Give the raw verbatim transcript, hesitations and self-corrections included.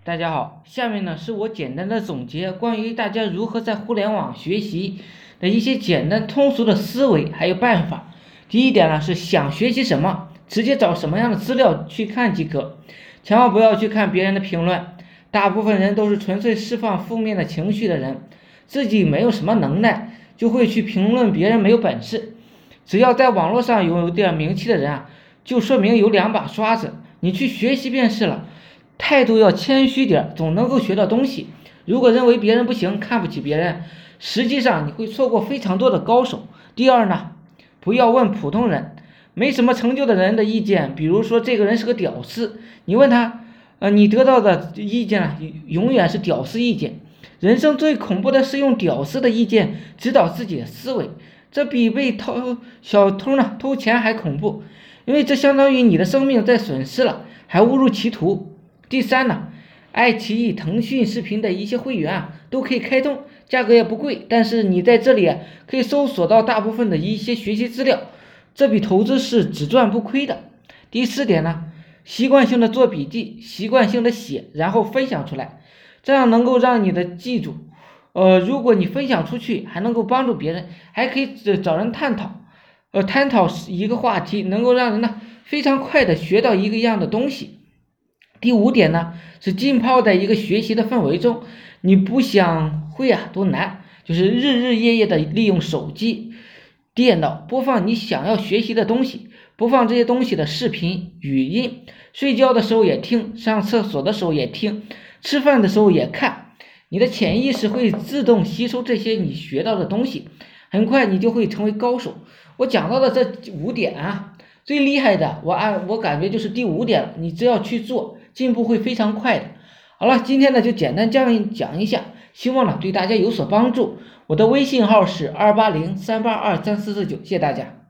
大家好，下面呢是我简单的总结关于大家如何在互联网学习的一些简单通俗的思维还有办法。第一点呢是想学习什么，直接找什么样的资料去看即可，千万不要去看别人的评论，大部分人都是纯粹释放负面的情绪的人，自己没有什么能耐就会去评论别人没有本事。只要在网络上有点名气的人啊，就说明有两把刷子，你去学习便是了。态度要谦虚点，总能够学到东西。如果认为别人不行，看不起别人，实际上你会错过非常多的高手。第二呢，不要问普通人，没什么成就的人的意见，比如说这个人是个屌丝，你问他，呃，你得到的意见啊，永远是屌丝意见。人生最恐怖的是用屌丝的意见指导自己的思维，这比被偷小偷呢偷钱还恐怖，因为这相当于你的生命在损失了，还误入歧途。第三呢，爱奇艺、腾讯视频的一些会员啊，都可以开通，价格也不贵，但是你在这里啊可以搜索到大部分的一些学习资料，这笔投资是只赚不亏的。第四点呢，习惯性的做笔记，习惯性的写，然后分享出来，这样能够让你的记住。呃，如果你分享出去，还能够帮助别人，还可以找人探讨，呃，探讨一个话题，能够让人呢非常快的学到一个样的东西。第五点呢，是浸泡在一个学习的氛围中，你不想会啊都难，就是日日夜夜的利用手机、电脑播放你想要学习的东西，播放这些东西的视频、语音，睡觉的时候也听，上厕所的时候也听，吃饭的时候也看，你的潜意识会自动吸收这些你学到的东西，很快你就会成为高手。我讲到的这五点啊，最厉害的，我按我感觉就是第五点了，你只要去做，进步会非常快的。好了，今天呢就简单这样讲一下，希望呢对大家有所帮助。我的微信号是二八零三八二三四四九，谢谢大家。